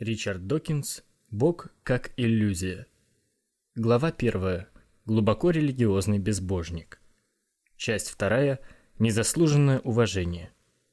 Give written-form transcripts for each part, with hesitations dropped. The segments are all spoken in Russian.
Ричард Докинз. Бог как иллюзия. Глава 1. Глубоко религиозный безбожник. Часть 2. Незаслуженное уважение.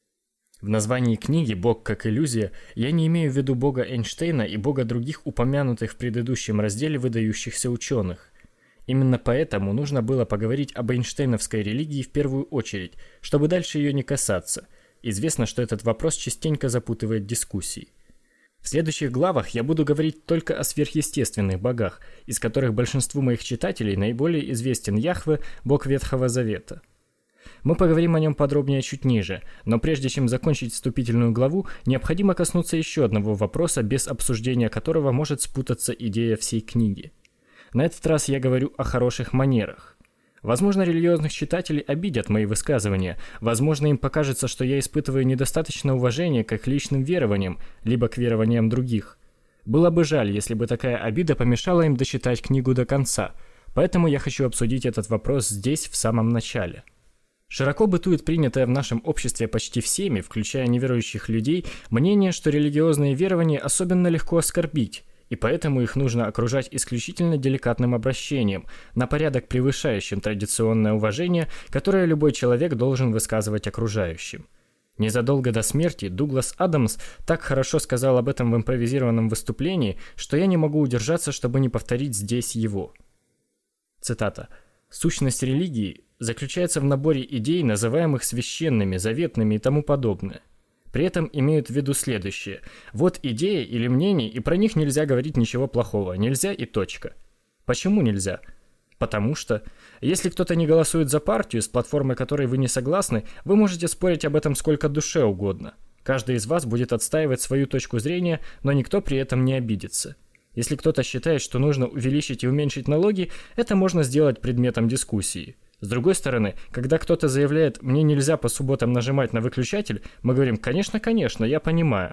В названии книги «Бог как иллюзия» я не имею в виду бога Эйнштейна и бога других упомянутых в предыдущем разделе выдающихся ученых. Именно поэтому нужно было поговорить об эйнштейновской религии в первую очередь, чтобы дальше ее не касаться. Известно, что этот вопрос частенько запутывает дискуссии. В следующих главах я буду говорить только о сверхъестественных богах, из которых большинству моих читателей наиболее известен Яхве, бог Ветхого Завета. Мы поговорим о нем подробнее чуть ниже, но прежде чем закончить вступительную главу, необходимо коснуться еще одного вопроса, без обсуждения которого может спутаться идея всей книги. На этот раз я говорю о хороших манерах. Возможно, религиозных читателей обидят мои высказывания, возможно, им покажется, что я испытываю недостаточно уважения к их личным верованиям, либо к верованиям других. Было бы жаль, если бы такая обида помешала им дочитать книгу до конца, поэтому я хочу обсудить этот вопрос здесь, в самом начале. Широко бытует принятое в нашем обществе почти всеми, включая неверующих людей, мнение, что религиозные верования особенно легко оскорбить, и поэтому их нужно окружать исключительно деликатным обращением, на порядок превышающим традиционное уважение, которое любой человек должен высказывать окружающим. Незадолго до смерти Дуглас Адамс так хорошо сказал об этом в импровизированном выступлении, что я не могу удержаться, чтобы не повторить здесь его. Цитата. «Сущность религии заключается в наборе идей, называемых священными, заветными и тому подобное. При этом имеют в виду следующее. Вот идеи или мнения, и про них нельзя говорить ничего плохого. Нельзя и точка. Почему нельзя? Потому что, если кто-то не голосует за партию, с платформой которой вы не согласны, вы можете спорить об этом сколько душе угодно. Каждый из вас будет отстаивать свою точку зрения, но никто при этом не обидится. Если кто-то считает, что нужно увеличить и уменьшить налоги, это можно сделать предметом дискуссии. С другой стороны, когда кто-то заявляет «мне нельзя по субботам нажимать на выключатель», мы говорим «конечно, я понимаю».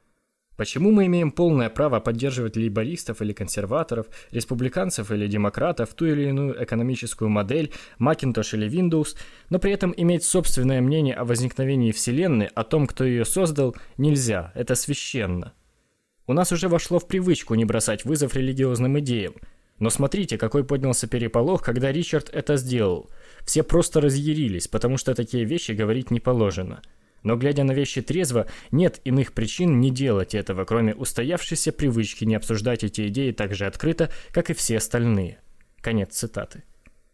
Почему мы имеем полное право поддерживать лейбористов или консерваторов, республиканцев или демократов, ту или иную экономическую модель, Macintosh или Windows, но при этом иметь собственное мнение о возникновении Вселенной, о том, кто ее создал, нельзя, это священно. У нас уже вошло в привычку не бросать вызов религиозным идеям. Но смотрите, какой поднялся переполох, когда Ричард это сделал. Все просто разъярились, потому что такие вещи говорить не положено. Но глядя на вещи трезво, нет иных причин не делать этого, кроме устоявшейся привычки не обсуждать эти идеи так же открыто, как и все остальные. Конец цитаты.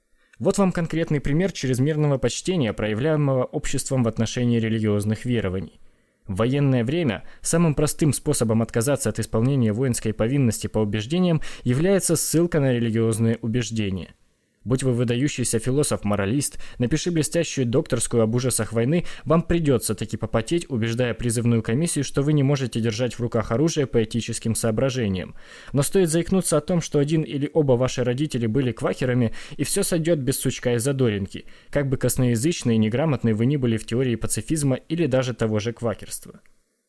Вот вам конкретный пример чрезмерного почтения, проявляемого обществом в отношении религиозных верований. В военное время самым простым способом отказаться от исполнения воинской повинности по убеждениям является ссылка на религиозные убеждения. Будь вы выдающийся философ-моралист, напиши блестящую докторскую об ужасах войны, вам придется таки попотеть, убеждая призывную комиссию, что вы не можете держать в руках оружие по этическим соображениям. Но стоит заикнуться о том, что один или оба ваши родители были квакерами, и все сойдет без сучка и задоринки, как бы косноязычны и неграмотны вы ни были в теории пацифизма или даже того же квакерства.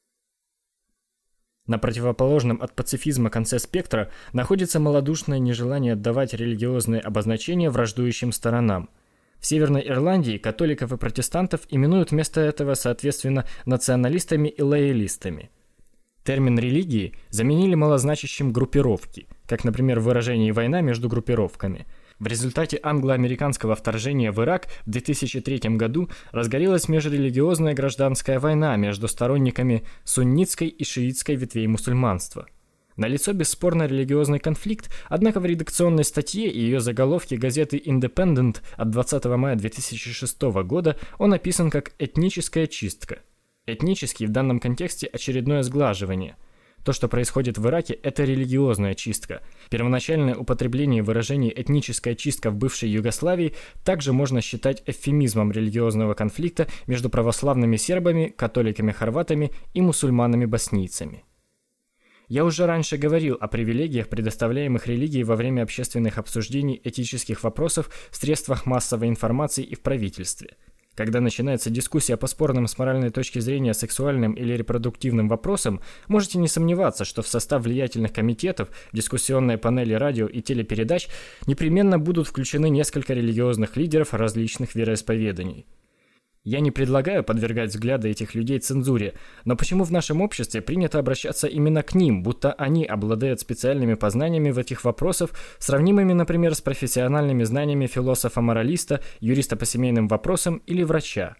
На противоположном от пацифизма конце спектра находится малодушное нежелание отдавать религиозные обозначения враждующим сторонам. В Северной Ирландии католиков и протестантов именуют вместо этого, соответственно, националистами и лоялистами. Термин «религии» заменили малозначащим «группировки», как, например, в выражении «война между группировками». В результате англо-американского вторжения в Ирак в 2003 году разгорелась межрелигиозная гражданская война между сторонниками суннитской и шиитской ветвей мусульманства. Налицо бесспорно религиозный конфликт, однако в редакционной статье и ее заголовке газеты Independent от 20 мая 2006 года он описан как «этническая чистка». Этнический в данном контексте очередное сглаживание. То, что происходит в Ираке, это религиозная чистка. Первоначальное употребление выражения «этническая чистка» в бывшей Югославии также можно считать эвфемизмом религиозного конфликта между православными сербами, католиками-хорватами и мусульманами-боснийцами. Я уже раньше говорил о привилегиях, предоставляемых религией во время общественных обсуждений этических вопросов в средствах массовой информации и в правительстве. Когда начинается дискуссия по спорным с моральной точки зрения сексуальным или репродуктивным вопросам, можете не сомневаться, что в состав влиятельных комитетов, дискуссионные панели радио и телепередач непременно будут включены несколько религиозных лидеров различных вероисповеданий. Я не предлагаю подвергать взгляды этих людей цензуре, но почему в нашем обществе принято обращаться именно к ним, будто они обладают специальными познаниями в этих вопросах, сравнимыми, например, с профессиональными знаниями философа-моралиста, юриста по семейным вопросам или врача?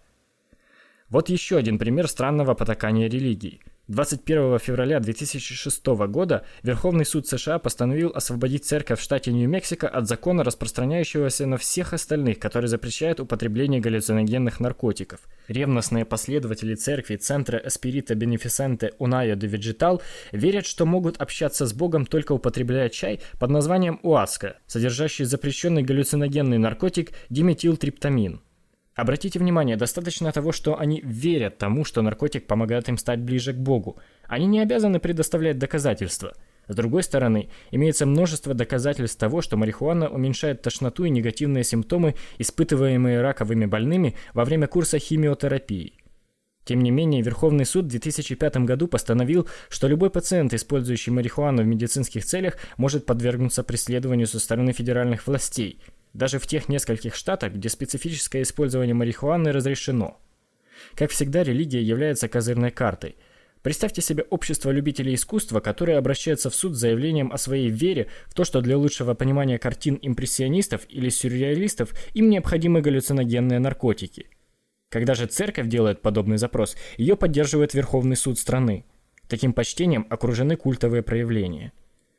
Вот еще один пример странного потакания религии. 21 февраля 2006 года Верховный суд США постановил освободить церковь в штате Нью-Мексико от закона, распространяющегося на всех остальных, который запрещает употребление галлюциногенных наркотиков. Ревностные последователи церкви Центра Espírita Beneficente União de Vegetal верят, что могут общаться с Богом, только употребляя чай под названием уаска, содержащий запрещенный галлюциногенный наркотик диметилтриптамин. Обратите внимание, достаточно того, что они верят тому, что наркотик помогает им стать ближе к Богу. Они не обязаны предоставлять доказательства. С другой стороны, имеется множество доказательств того, что марихуана уменьшает тошноту и негативные симптомы, испытываемые раковыми больными во время курса химиотерапии. Тем не менее, Верховный суд в 2005 году постановил, что любой пациент, использующий марихуану в медицинских целях, может подвергнуться преследованию со стороны федеральных властей, даже в тех нескольких штатах, где специфическое использование марихуаны разрешено. Как всегда, религия является козырной картой. Представьте себе общество любителей искусства, которое обращается в суд с заявлением о своей вере в то, что для лучшего понимания картин импрессионистов или сюрреалистов им необходимы галлюциногенные наркотики. Когда же церковь делает подобный запрос, ее поддерживает Верховный суд страны. Таким почтением окружены культовые проявления.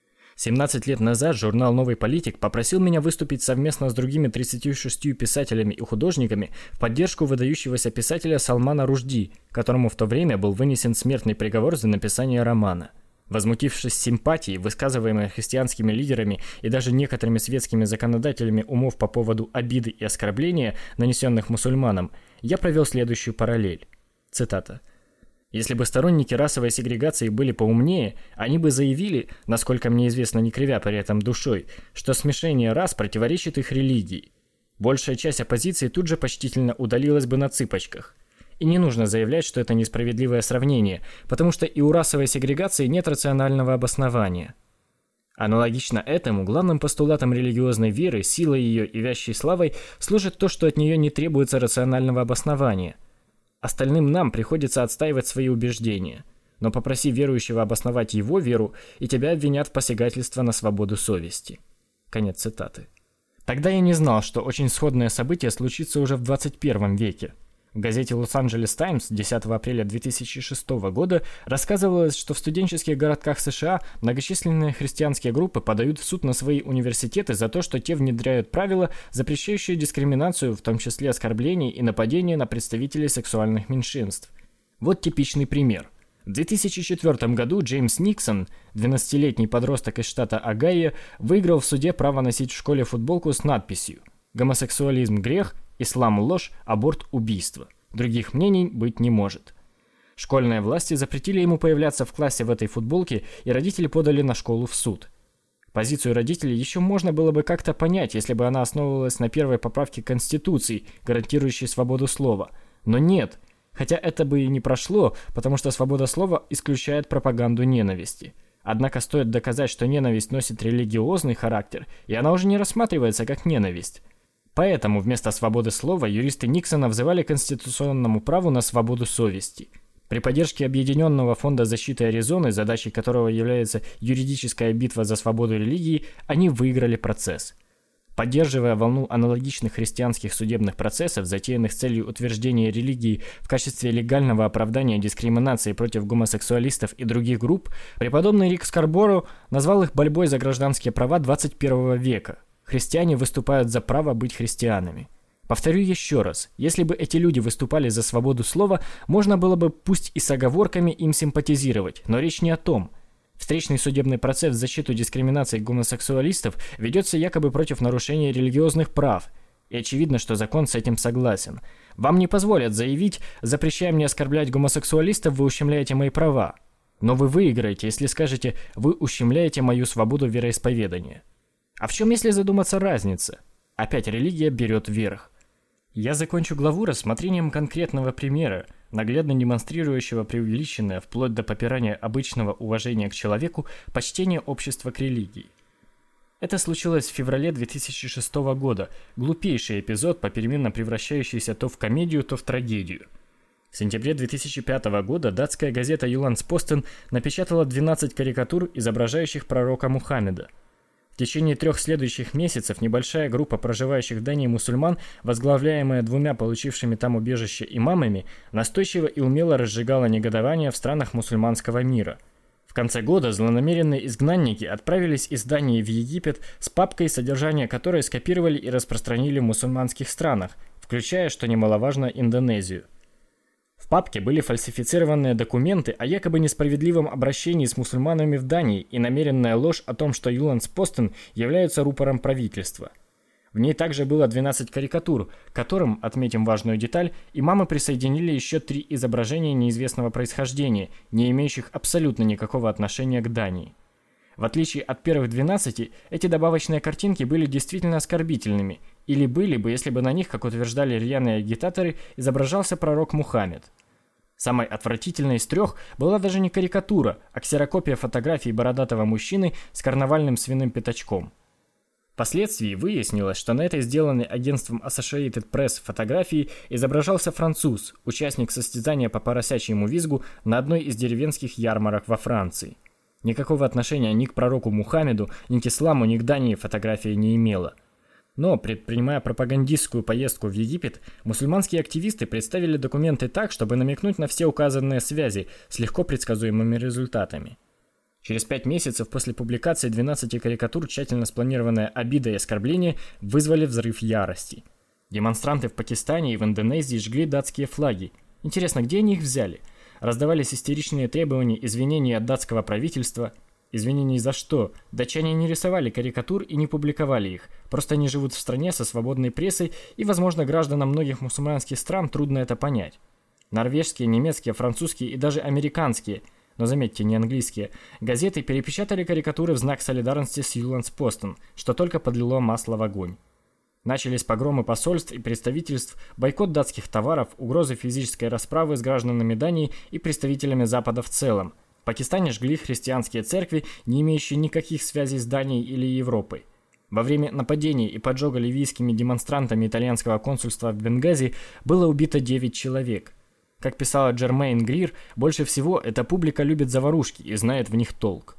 17 лет назад журнал «Новый политик» попросил меня выступить совместно с другими 36 писателями и художниками в поддержку выдающегося писателя Салмана Рушди, которому в то время был вынесен смертный приговор за написание романа. Возмутившись симпатией, высказываемой христианскими лидерами и даже некоторыми светскими законодателями умов по поводу обиды и оскорбления, нанесенных мусульманам, я провел следующую параллель. Цитата. Если бы сторонники расовой сегрегации были поумнее, они бы заявили, насколько мне известно, не кривя при этом душой, что смешение рас противоречит их религии. Большая часть оппозиции тут же почтительно удалилась бы на цыпочках. И не нужно заявлять, что это несправедливое сравнение, потому что и у расовой сегрегации нет рационального обоснования. Аналогично этому, главным постулатом религиозной веры, силой ее и вящей славой, служит то, что от нее не требуется рационального обоснования. Остальным нам приходится отстаивать свои убеждения. Но попроси верующего обосновать его веру, и тебя обвинят в посягательстве на свободу совести. Конец цитаты. Тогда я не знал, что очень сходное событие случится уже в 21 веке. В газете «Лос-Анджелес Таймс» 10 апреля 2006 года рассказывалось, что в студенческих городках США многочисленные христианские группы подают в суд на свои университеты за то, что те внедряют правила, запрещающие дискриминацию, в том числе оскорблений и нападения на представителей сексуальных меньшинств. Вот типичный пример. В 2004 году Джеймс Никсон, 12-летний подросток из штата Огайо, выиграл в суде право носить в школе футболку с надписью «Гомосексуализм – грех, ислам – ложь, аборт – убийство. Других мнений быть не может». Школьные власти запретили ему появляться в классе в этой футболке, и родители подали на школу в суд. Позицию родителей еще можно было бы как-то понять, если бы она основывалась на первой поправке Конституции, гарантирующей свободу слова. Но нет, хотя это бы и не прошло, потому что свобода слова исключает пропаганду ненависти. Однако стоит доказать, что ненависть носит религиозный характер, и она уже не рассматривается как ненависть. Поэтому вместо свободы слова юристы Никсона взывали к конституционному праву на свободу совести. При поддержке Объединенного фонда защиты Аризоны, задачей которого является юридическая битва за свободу религии, они выиграли процесс. Поддерживая волну аналогичных христианских судебных процессов, затеянных с целью утверждения религии в качестве легального оправдания дискриминации против гомосексуалистов и других групп, преподобный Рик Скарборо назвал их борьбой за гражданские права 21 века. Христиане выступают за право быть христианами. Повторю еще раз, если бы эти люди выступали за свободу слова, можно было бы, пусть и с оговорками, им симпатизировать, но речь не о том. Встречный судебный процесс в защиту дискриминации гомосексуалистов ведется якобы против нарушения религиозных прав, и очевидно, что закон с этим согласен. Вам не позволят заявить: запрещая мне оскорблять гомосексуалистов, вы ущемляете мои права. Но вы выиграете, если скажете: вы ущемляете мою свободу вероисповедания. А в чем, если задуматься, разница? Опять религия берет верх. Я закончу главу рассмотрением конкретного примера, наглядно демонстрирующего преувеличенное, вплоть до попирания обычного уважения к человеку, почтение общества к религии. Это случилось в феврале 2006 года, глупейший эпизод, попеременно превращающийся то в комедию, то в трагедию. В сентябре 2005 года датская газета «Jyllands-Posten» напечатала 12 карикатур, изображающих пророка Мухаммеда. В течение 3 следующих месяцев небольшая группа проживающих в Дании мусульман, возглавляемая 2 получившими там убежище имамами, настойчиво и умело разжигала негодование в странах мусульманского мира. В конце года злонамеренные изгнанники отправились из Дании в Египет с папкой, содержание которой скопировали и распространили в мусульманских странах, включая, что немаловажно, Индонезию. В папке были фальсифицированные документы о якобы несправедливом обращении с мусульманами в Дании и намеренная ложь о том, что Jyllands-Posten является рупором правительства. В ней также было 12 карикатур, к которым, отметим важную деталь, имамы присоединили еще 3 изображения неизвестного происхождения, не имеющих абсолютно никакого отношения к Дании. В отличие от первых 12, эти добавочные картинки были действительно оскорбительными, или были бы, если бы на них, как утверждали рьяные агитаторы, изображался пророк Мухаммед. Самой отвратительной из 3 была даже не карикатура, а ксерокопия фотографии бородатого мужчины с карнавальным свиным пятачком. Впоследствии выяснилось, что на этой сделанной агентством Associated Press фотографии изображался француз, участник состязания по поросячьему визгу на одной из деревенских ярмарок во Франции. Никакого отношения ни к пророку Мухаммеду, ни к исламу, ни к Дании фотография не имела. Но, предпринимая пропагандистскую поездку в Египет, мусульманские активисты представили документы так, чтобы намекнуть на все указанные связи с легко предсказуемыми результатами. Через 5 месяцев после публикации 12 карикатур тщательно спланированная обида и оскорбление вызвали взрыв ярости. Демонстранты в Пакистане и в Индонезии жгли датские флаги. Интересно, где они их взяли? Раздавались истеричные требования извинений от датского правительства. Извинений за что? Датчане не рисовали карикатур и не публиковали их. Просто они живут в стране со свободной прессой, и, возможно, гражданам многих мусульманских стран трудно это понять. Норвежские, немецкие, французские и даже американские, но заметьте, не английские, газеты перепечатали карикатуры в знак солидарности с Jyllands-Posten, что только подлило масло в огонь. Начались погромы посольств и представительств, бойкот датских товаров, угрозы физической расправы с гражданами Дании и представителями Запада в целом. В Пакистане жгли христианские церкви, не имеющие никаких связей с Данией или Европой. Во время нападений и поджога ливийскими демонстрантами итальянского консульства в Бенгази было убито 9 человек. Как писала Джермейн Грир, больше всего эта публика любит заварушки и знает в них толк.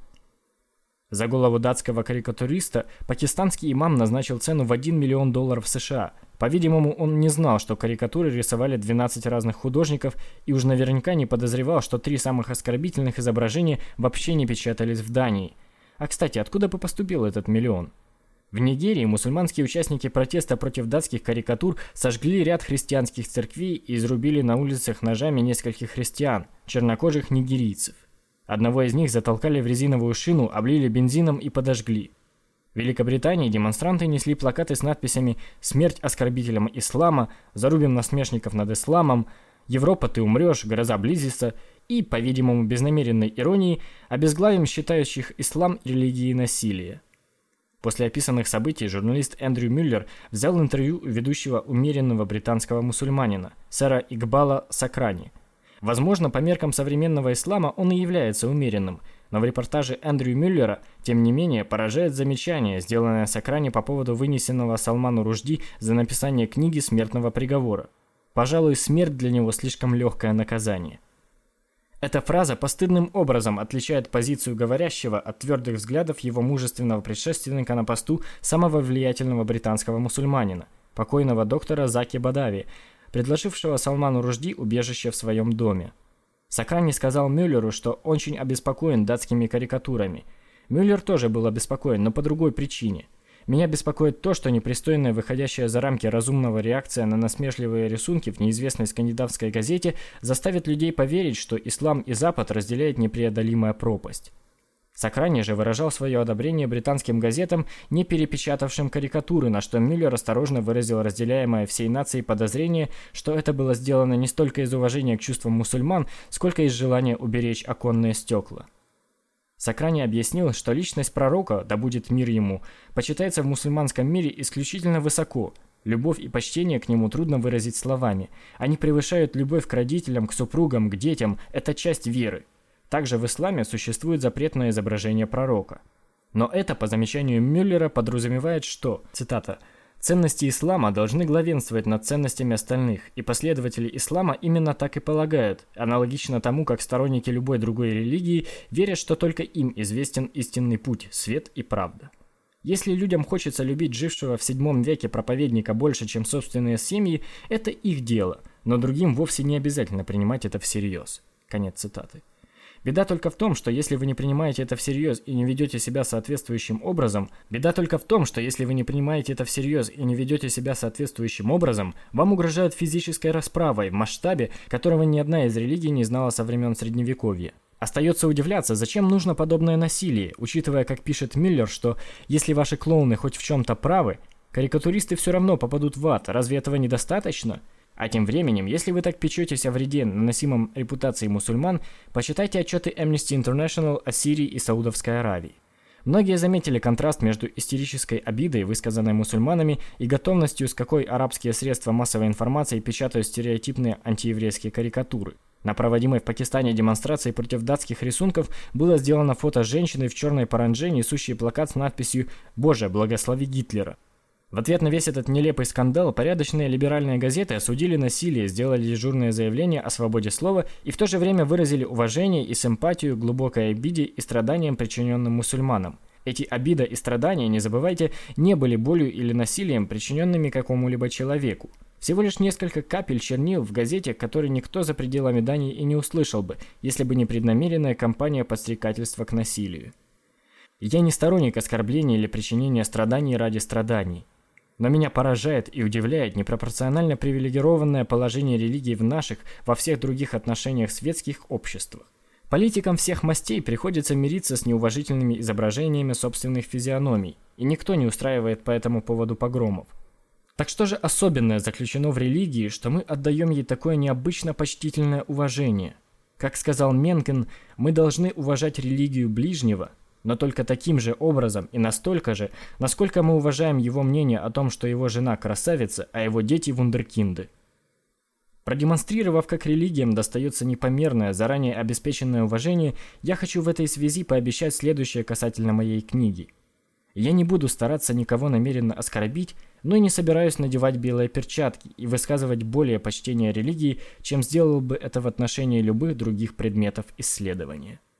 За голову датского карикатуриста пакистанский имам назначил цену в $1 миллион США. По-видимому, он не знал, что карикатуры рисовали 12 разных художников, и уж наверняка не подозревал, что 3 самых оскорбительных изображения вообще не печатались в Дании. А кстати, откуда бы поступил этот миллион? В Нигерии мусульманские участники протеста против датских карикатур сожгли ряд христианских церквей и изрубили на улицах ножами нескольких христиан, чернокожих нигерийцев. Одного из них затолкали в резиновую шину, облили бензином и подожгли. В Великобритании демонстранты несли плакаты с надписями «Смерть оскорбителям ислама», «Зарубим насмешников над исламом», «Европа, ты умрешь», «Гроза близится» и, по-видимому, без намеренной иронии, обезглавим считающих ислам религией насилия. После описанных событий журналист Эндрю Мюллер взял интервью у ведущего умеренного британского мусульманина, сэра Игбала Сакрани. Возможно, по меркам современного ислама он и является умеренным, но в репортаже Эндрю Мюллера, тем не менее, поражает замечание, сделанное Сакрани по поводу вынесенного Салману Рушди за написание книги смертного приговора. Пожалуй, смерть для него слишком легкое наказание. Эта фраза постыдным образом отличает позицию говорящего от твердых взглядов его мужественного предшественника на посту самого влиятельного британского мусульманина, покойного доктора Заки Бадави, предложившего Салману Рушди убежище в своем доме. Сакрани сказал Мюллеру, что очень обеспокоен датскими карикатурами. Мюллер тоже был обеспокоен, но по другой причине. Меня беспокоит то, что непристойная, выходящая за рамки разумного реакция на насмешливые рисунки в неизвестной скандинавской газете заставит людей поверить, что ислам и Запад разделяет непреодолимая пропасть. Сакрани же выражал свое одобрение британским газетам, не перепечатавшим карикатуры, на что Мюллер осторожно выразил разделяемое всей нацией подозрение, что это было сделано не столько из уважения к чувствам мусульман, сколько из желания уберечь оконные стекла. Сакрани объяснил, что личность пророка, да будет мир ему, почитается в мусульманском мире исключительно высоко. Любовь и почтение к нему трудно выразить словами. Они превышают любовь к родителям, к супругам, к детям. Это часть веры. Также в исламе существует запрет на изображение пророка. Но это, по замечанию Мюллера, подразумевает, что, цитата, «ценности ислама должны главенствовать над ценностями остальных, и последователи ислама именно так и полагают, аналогично тому, как сторонники любой другой религии верят, что только им известен истинный путь, свет и правда». Если людям хочется любить жившего в VII веке проповедника больше, чем собственные семьи, это их дело, но другим вовсе не обязательно принимать это всерьез. Конец цитаты. Беда только в том, что если вы не принимаете это всерьез и не ведете себя соответствующим образом, вам угрожают физической расправой в масштабе, которого ни одна из религий не знала со времен Средневековья. Остается удивляться, зачем нужно подобное насилие, учитывая, как пишет Мюллер, что если ваши клоуны хоть в чем-то правы, карикатуристы все равно попадут в ад, разве этого недостаточно? А тем временем, если вы так печетесь о вреде, наносимом репутации мусульман, почитайте отчеты Amnesty International о Сирии и Саудовской Аравии. Многие заметили контраст между истерической обидой, высказанной мусульманами, и готовностью, с какой арабские средства массовой информации печатают стереотипные антиеврейские карикатуры. На проводимой в Пакистане демонстрации против датских рисунков было сделано фото женщины в черной парандже, несущей плакат с надписью «Боже, благослови Гитлера». В ответ на весь этот нелепый скандал порядочные либеральные газеты осудили насилие, сделали дежурное заявление о свободе слова и в то же время выразили уважение и симпатию к глубокой обиде и страданиям, причиненным мусульманам. Эти обида и страдания, не забывайте, не были болью или насилием, причиненными какому-либо человеку. Всего лишь несколько капель чернил в газете, которые никто за пределами Дании и не услышал бы, если бы не преднамеренная кампания подстрекательства к насилию. Я не сторонник оскорбления или причинения страданий ради страданий. Но меня поражает и удивляет непропорционально привилегированное положение религии в наших, во всех других отношениях светских обществах. Политикам всех мастей приходится мириться с неуважительными изображениями собственных физиономий, и никто не устраивает по этому поводу погромов. Так что же особенное заключено в религии, что мы отдаем ей такое необычно почтительное уважение? Как сказал Менкен, мы должны уважать религию ближнего, но только таким же образом и настолько же, насколько мы уважаем его мнение о том, что его жена красавица, а его дети вундеркинды. Продемонстрировав, как религиям достается непомерное, заранее обеспеченное уважение, я хочу в этой связи пообещать следующее касательно моей книги. Я не буду стараться никого намеренно оскорбить, но и не собираюсь надевать белые перчатки и высказывать более почтение религии, чем сделал бы это в отношении любых других предметов исследования.